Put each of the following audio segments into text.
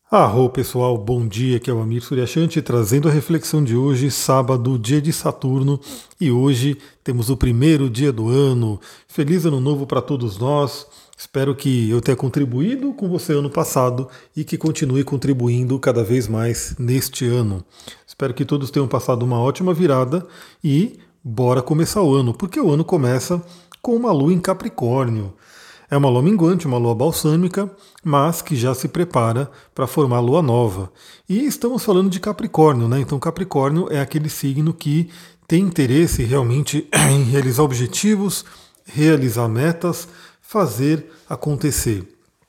Arro pessoal, bom dia, aqui é o Amir Suryashanti trazendo a reflexão de hoje, sábado, dia de Saturno, e hoje temos o primeiro dia do ano. Feliz ano novo para todos nós. Espero que eu tenha contribuído com você ano passado e que continue contribuindo cada vez mais neste ano. Espero que todos tenham passado uma ótima virada e bora começar o ano, porque o ano começa com uma lua em Capricórnio. É uma lua minguante, uma lua balsâmica, mas que já se prepara para formar lua nova. E estamos falando de Capricórnio, né? Então Capricórnio é aquele signo que tem interesse realmente em realizar objetivos, realizar metas, fazer acontecer.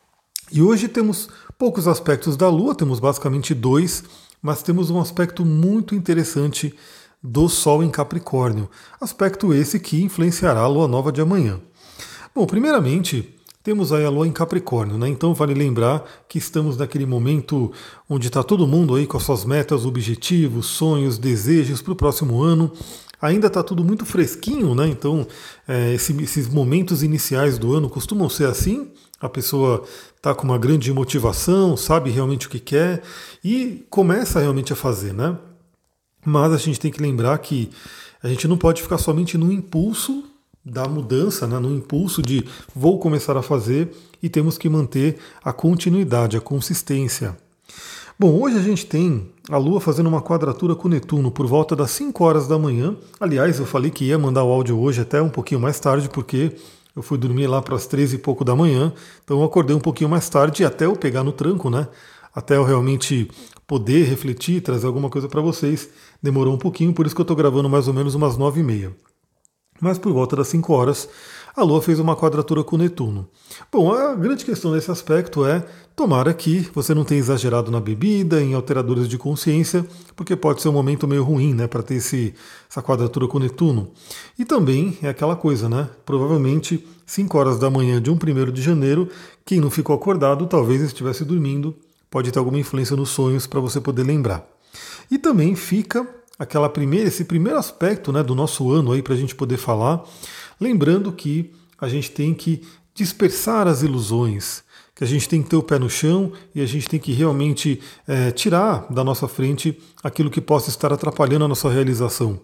E hoje temos poucos aspectos da lua, temos basicamente dois, mas temos um aspecto muito interessante do Sol em Capricórnio. Aspecto esse que influenciará a lua nova de amanhã. Bom, primeiramente, temos aí a Lua em Capricórnio, né? Então vale lembrar que estamos naquele momento onde está todo mundo aí com as suas metas, objetivos, sonhos, desejos para o próximo ano. Ainda está tudo muito fresquinho, né? Então esses momentos iniciais do ano costumam ser assim. A pessoa está com uma grande motivação, sabe realmente o que quer e começa realmente a fazer, né? Mas a gente tem que lembrar que a gente não pode ficar somente no impulso da mudança, né, no impulso de vou começar a fazer e temos que manter a continuidade, a consistência. Bom, hoje a gente tem a Lua fazendo uma quadratura com Netuno por volta das 5 horas da manhã. Aliás, eu falei que ia mandar o áudio hoje até um pouquinho mais tarde, porque eu fui dormir lá para as 13 e pouco da manhã, então eu acordei um pouquinho mais tarde e até eu pegar no tranco, né? Até eu realmente poder refletir, trazer alguma coisa para vocês, demorou um pouquinho, por isso que eu estou gravando mais ou menos umas 9h30. Mas por volta das 5 horas, a Lua fez uma quadratura com Netuno. Bom, a grande questão nesse aspecto é tomara que você não tenha exagerado na bebida, em alteradores de consciência, porque pode ser um momento meio ruim, né, para ter essa quadratura com Netuno. E também é aquela coisa, né? Provavelmente 5 horas da manhã de um 1º de janeiro, quem não ficou acordado talvez estivesse dormindo, pode ter alguma influência nos sonhos para você poder lembrar. E também fica esse primeiro aspecto, né, do nosso ano aí para a gente poder falar, lembrando que a gente tem que dispersar as ilusões, que a gente tem que ter o pé no chão e a gente tem que realmente tirar da nossa frente aquilo que possa estar atrapalhando a nossa realização.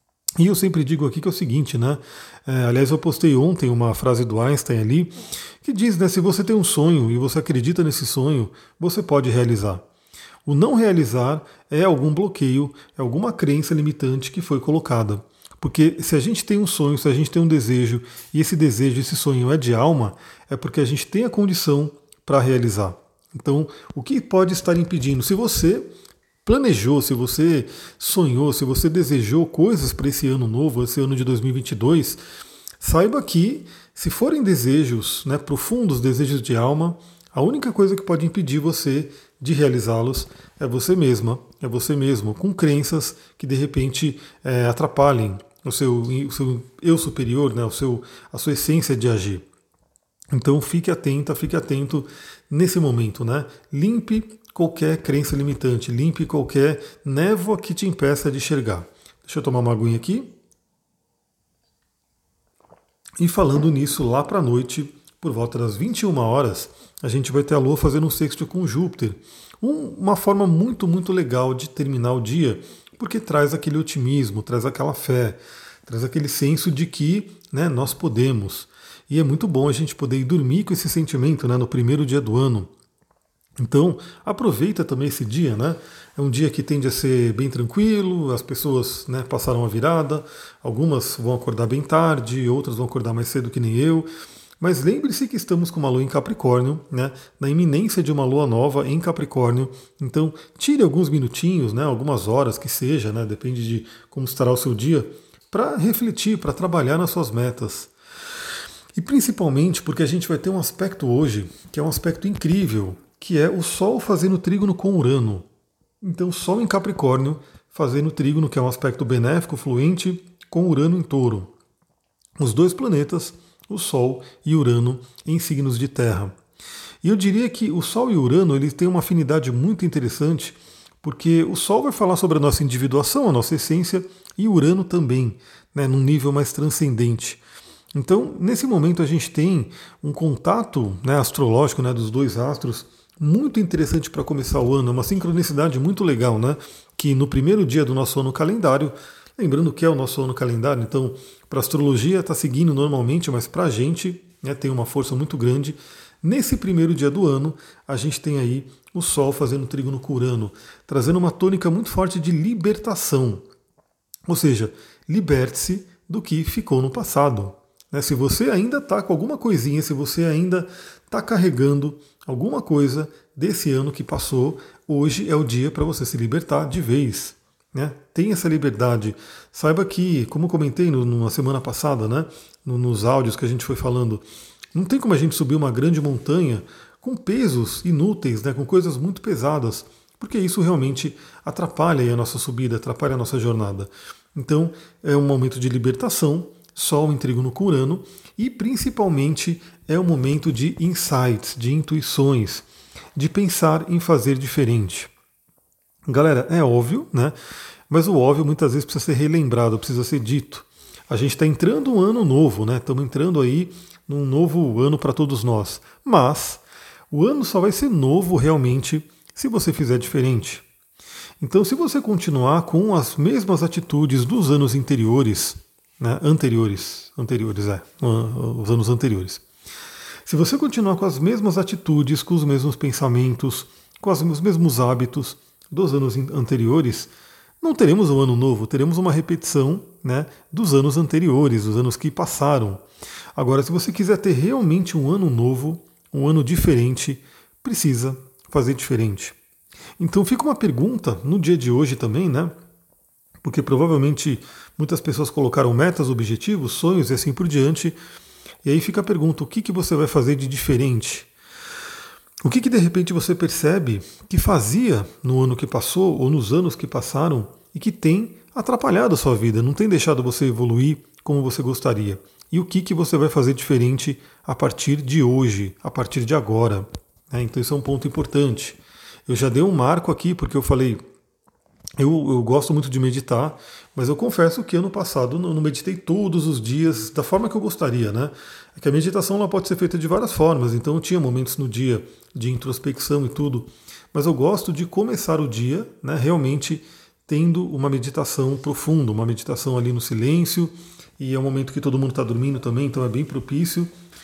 E eu sempre digo aqui que é o seguinte, né? Aliás, eu postei ontem uma frase do Einstein ali, que diz, né, se você tem um sonho e você acredita nesse sonho, você pode realizar. O não realizar é algum bloqueio, é alguma crença limitante que foi colocada. Porque se a gente tem um sonho, se a gente tem um desejo, e esse desejo, esse sonho é de alma, é porque a gente tem a condição para realizar. Então, o que pode estar impedindo? Se você planejou, se você sonhou, se você desejou coisas para esse ano novo, esse ano de 2022, saiba que se forem desejos, né, profundos, desejos de alma, a única coisa que pode impedir você de realizá-los é você mesma, é você mesmo, com crenças que de repente atrapalhem o seu eu superior, né, a sua essência de agir. Então fique atenta, fique atento nesse momento, né? Limpe qualquer crença limitante, limpe qualquer névoa que te impeça de enxergar. Deixa eu tomar uma aguinha aqui. E falando nisso, lá para a noite, por volta das 21 horas, a gente vai ter a Lua fazendo um sexto com Júpiter. Uma forma muito, muito legal de terminar o dia, porque traz aquele otimismo, traz aquela fé, traz aquele senso de que, né, nós podemos. E é muito bom a gente poder ir dormir com esse sentimento, né, no primeiro dia do ano. Então, aproveita também esse dia, né? É um dia que tende a ser bem tranquilo, as pessoas, né, passaram a virada, algumas vão acordar bem tarde, outras vão acordar mais cedo que nem eu. Mas lembre-se que estamos com uma lua em Capricórnio, né, na iminência de uma lua nova em Capricórnio. Então, tire alguns minutinhos, né, algumas horas que seja, né, depende de como estará o seu dia, para refletir, para trabalhar nas suas metas. E principalmente porque a gente vai ter um aspecto hoje, que é um aspecto incrível, que é o Sol fazendo trígono com Urano. Então, Sol em Capricórnio fazendo trígono, que é um aspecto benéfico, fluente, com Urano em Touro. Os dois planetas, o Sol e Urano, em signos de terra. E eu diria que o Sol e o Urano eles têm uma afinidade muito interessante, porque o Sol vai falar sobre a nossa individuação, a nossa essência, e o Urano também, né, num nível mais transcendente. Então, nesse momento, a gente tem um contato, né, astrológico, né, dos dois astros muito interessante para começar o ano, é uma sincronicidade muito legal, né? Que no primeiro dia do nosso ano calendário, lembrando que é o nosso ano calendário, então para a astrologia está seguindo normalmente, mas para a gente, né, tem uma força muito grande. Nesse primeiro dia do ano, a gente tem aí o Sol fazendo trígono com Urano, trazendo uma tônica muito forte de libertação. Ou seja, liberte-se do que ficou no passado. Né? Se você ainda está com alguma coisinha, se você ainda está carregando alguma coisa desse ano que passou, hoje é o dia para você se libertar de vez. Né? Tenha essa liberdade. Saiba que, como comentei na semana passada, né, nos áudios que a gente foi falando, não tem como a gente subir uma grande montanha com pesos inúteis, né, com coisas muito pesadas, porque isso realmente atrapalha a nossa subida, atrapalha a nossa jornada. Então, é um momento de libertação, Sol em trígono com Urano, e principalmente é um momento de insights, de intuições, de pensar em fazer diferente. Galera, é óbvio, né? Mas o óbvio muitas vezes precisa ser relembrado, precisa ser dito. A gente está entrando um ano novo, né? Estamos entrando aí num novo ano para todos nós. Mas o ano só vai ser novo realmente se você fizer diferente. Então, se você continuar com as mesmas atitudes dos anos anteriores, né, os anos anteriores. Se você continuar com as mesmas atitudes, com os mesmos pensamentos, com os mesmos hábitos dos anos anteriores, não teremos um ano novo, teremos uma repetição, né, dos anos anteriores, dos anos que passaram. Agora, se você quiser ter realmente um ano novo, um ano diferente, precisa fazer diferente. Então fica uma pergunta no dia de hoje também, né? Porque provavelmente muitas pessoas colocaram metas, objetivos, sonhos e assim por diante. E aí fica a pergunta: o que você vai fazer de diferente? O que de repente você percebe que fazia no ano que passou ou nos anos que passaram e que tem atrapalhado a sua vida, não tem deixado você evoluir como você gostaria? E o que você vai fazer diferente a partir de hoje, a partir de agora? Então isso é um ponto importante. Eu já dei um marco aqui porque eu falei, eu gosto muito de meditar, mas eu confesso que ano passado eu não meditei todos os dias da forma que eu gostaria, né? É que a meditação ela pode ser feita de várias formas, então eu tinha momentos no dia de introspecção e tudo, mas eu gosto de começar o dia, né, realmente tendo uma meditação profunda, uma meditação ali no silêncio, e é um momento que todo mundo está dormindo também, então é bem propício.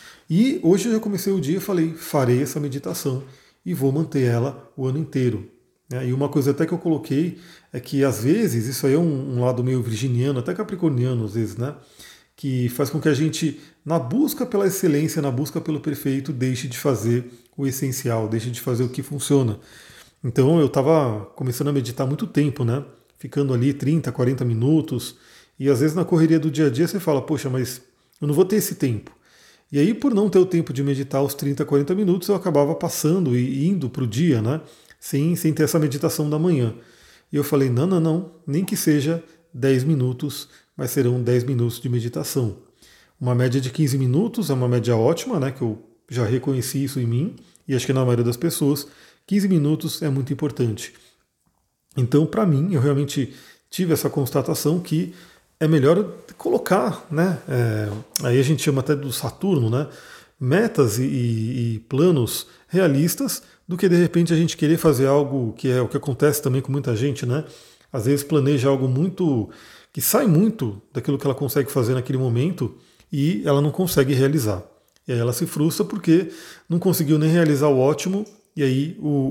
E hoje eu já comecei o dia e falei, farei essa meditação e vou manter ela o ano inteiro. E uma coisa até que eu coloquei é que às vezes, isso aí é um lado meio virginiano, até capricorniano às vezes, né? Que faz com que a gente, na busca pela excelência, na busca pelo perfeito, deixe de fazer o essencial, deixe de fazer o que funciona. Então eu estava começando a meditar há muito tempo, né? Ficando ali 30, 40 minutos, e às vezes na correria do dia a dia você fala, poxa, mas eu não vou ter esse tempo. E aí, por não ter o tempo de meditar os 30, 40 minutos, eu acabava passando e indo para o dia, né? Sem ter essa meditação da manhã. E eu falei, não, nem que seja 10 minutos, mas serão 10 minutos de meditação. Uma média de 15 minutos é uma média ótima, né? Que eu já reconheci isso em mim, e acho que na maioria das pessoas, 15 minutos é muito importante. Então, para mim, eu realmente tive essa constatação que é melhor colocar, né? Aí a gente chama até do Saturno, né? Metas e planos realistas do que de repente a gente querer fazer algo que é o que acontece também com muita gente, né? Às vezes planeja algo muito que sai muito daquilo que ela consegue fazer naquele momento e ela não consegue realizar. E aí ela se frustra porque não conseguiu nem realizar o ótimo e aí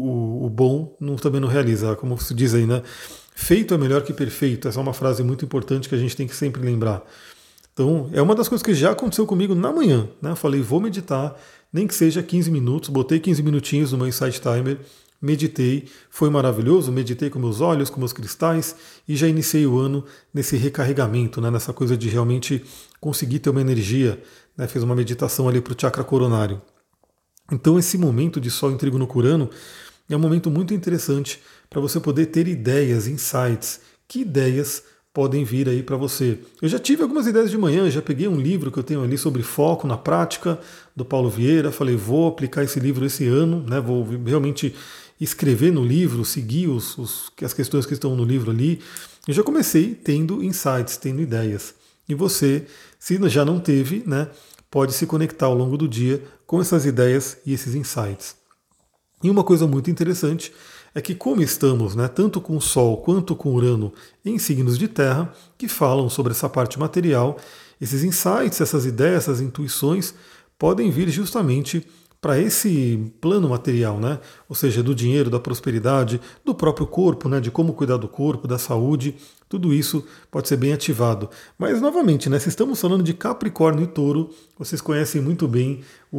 o bom também não realiza, como se diz aí, né? Feito é melhor que perfeito. Essa é uma frase muito importante que a gente tem que sempre lembrar. Então, é uma das coisas que já aconteceu comigo na manhã. Né? Eu falei, vou meditar, nem que seja 15 minutos. Botei 15 minutinhos no meu Insight Timer, meditei, foi maravilhoso. Meditei com meus olhos, com meus cristais e já iniciei o ano nesse recarregamento, né? Nessa coisa de realmente conseguir ter uma energia. Né? Fiz uma meditação ali para o chakra coronário. Então, esse momento de Sol em trígono com Urano é um momento muito interessante para você poder ter ideias, insights. Que ideias podem vir aí para você? Eu já tive algumas ideias de manhã, já peguei um livro que eu tenho ali sobre foco na prática, do Paulo Vieira, falei, vou aplicar esse livro esse ano, né? Vou realmente escrever no livro, seguir as questões que estão no livro ali. Eu já comecei tendo insights, tendo ideias. E você, se já não teve, né, pode se conectar ao longo do dia com essas ideias e esses insights. E uma coisa muito interessante é que como estamos, né, tanto com o Sol quanto com Urano em signos de terra, que falam sobre essa parte material, esses insights, essas ideias, essas intuições podem vir justamente para esse plano material, né? Ou seja, do dinheiro, da prosperidade, do próprio corpo, né? De como cuidar do corpo, da saúde, tudo isso pode ser bem ativado. Mas, novamente, né? Se estamos falando de Capricórnio e Touro, vocês conhecem muito bem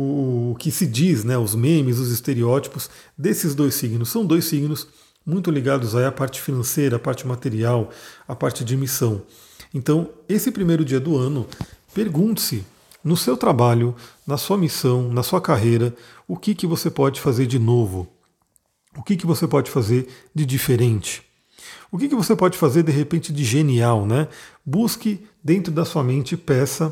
o que se diz, né? Os memes, os estereótipos desses dois signos. São dois signos muito ligados aí à parte financeira, à parte material, à parte de missão. Então, esse primeiro dia do ano, pergunte-se no seu trabalho, na sua missão, na sua carreira, o que você pode fazer de novo? O que você pode fazer de diferente? O que você pode fazer de repente de genial, né? Busque dentro da sua mente, peça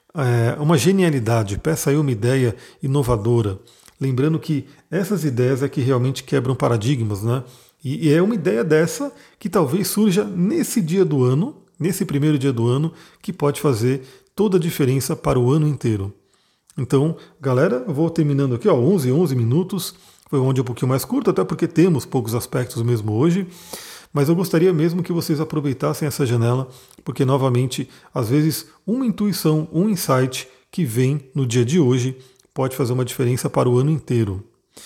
uma genialidade, peça aí uma ideia inovadora. Lembrando que essas ideias é que realmente quebram paradigmas, né? E é uma ideia dessa que talvez surja nesse dia do ano, nesse primeiro dia do ano, que pode fazer toda a diferença para o ano inteiro. Então, galera, eu vou terminando aqui, ó, 11 minutos, foi um pouquinho mais curto, até porque temos poucos aspectos mesmo hoje, mas eu gostaria mesmo que vocês aproveitassem essa janela, porque, novamente, às vezes, uma intuição, um insight que vem no dia de hoje pode fazer uma diferença para o ano inteiro.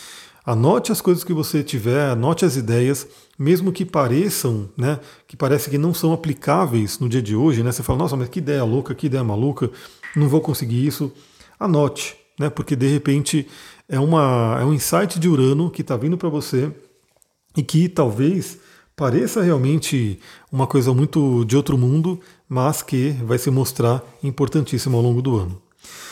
Anote as coisas que você tiver, anote as ideias, mesmo que pareçam, né, que parece que não são aplicáveis no dia de hoje, né? Você fala, nossa, mas que ideia louca, que ideia maluca, não vou conseguir isso. Anote, né? Porque de repente é um insight de Urano que está vindo para você e que talvez pareça realmente uma coisa muito de outro mundo, mas que vai se mostrar importantíssimo ao longo do ano.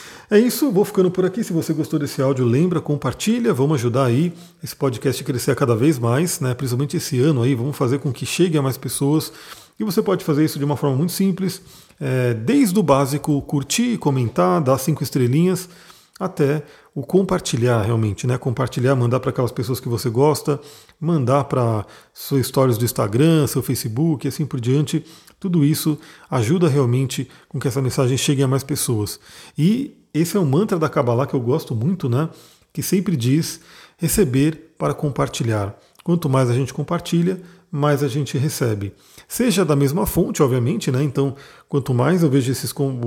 É isso, vou ficando por aqui. Se você gostou desse áudio, lembra, compartilha, vamos ajudar aí esse podcast a crescer cada vez mais, né? Principalmente esse ano aí, vamos fazer com que chegue a mais pessoas. E você pode fazer isso de uma forma muito simples, desde o básico, curtir, comentar, dar 5 estrelinhas, até o compartilhar realmente, né? Compartilhar, mandar para aquelas pessoas que você gosta, mandar para suas stories do Instagram, seu Facebook e assim por diante. Tudo isso ajuda realmente com que essa mensagem chegue a mais pessoas. E esse é um mantra da Kabbalah que eu gosto muito, né? Que sempre diz receber para compartilhar. Quanto mais a gente compartilha, mais a gente recebe. Seja da mesma fonte, obviamente, né? Então, quanto mais eu vejo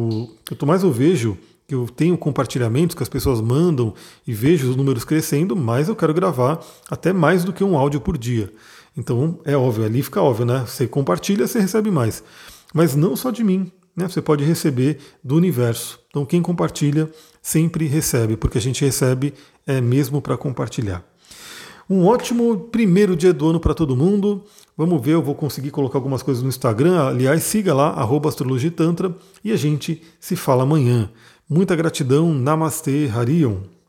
que eu tenho compartilhamentos que as pessoas mandam e vejo os números crescendo, mais eu quero gravar até mais do que um áudio por dia. Então, é óbvio, ali fica óbvio, né? Você compartilha, você recebe mais. Mas não só de mim, né? Você pode receber do universo. Então, quem compartilha sempre recebe, porque a gente recebe mesmo para compartilhar. Um ótimo primeiro dia do ano para todo mundo. Vamos ver, eu vou conseguir colocar algumas coisas no Instagram. Aliás, siga lá, @astrologitantra, e a gente se fala amanhã. Muita gratidão. Namastê, Harion.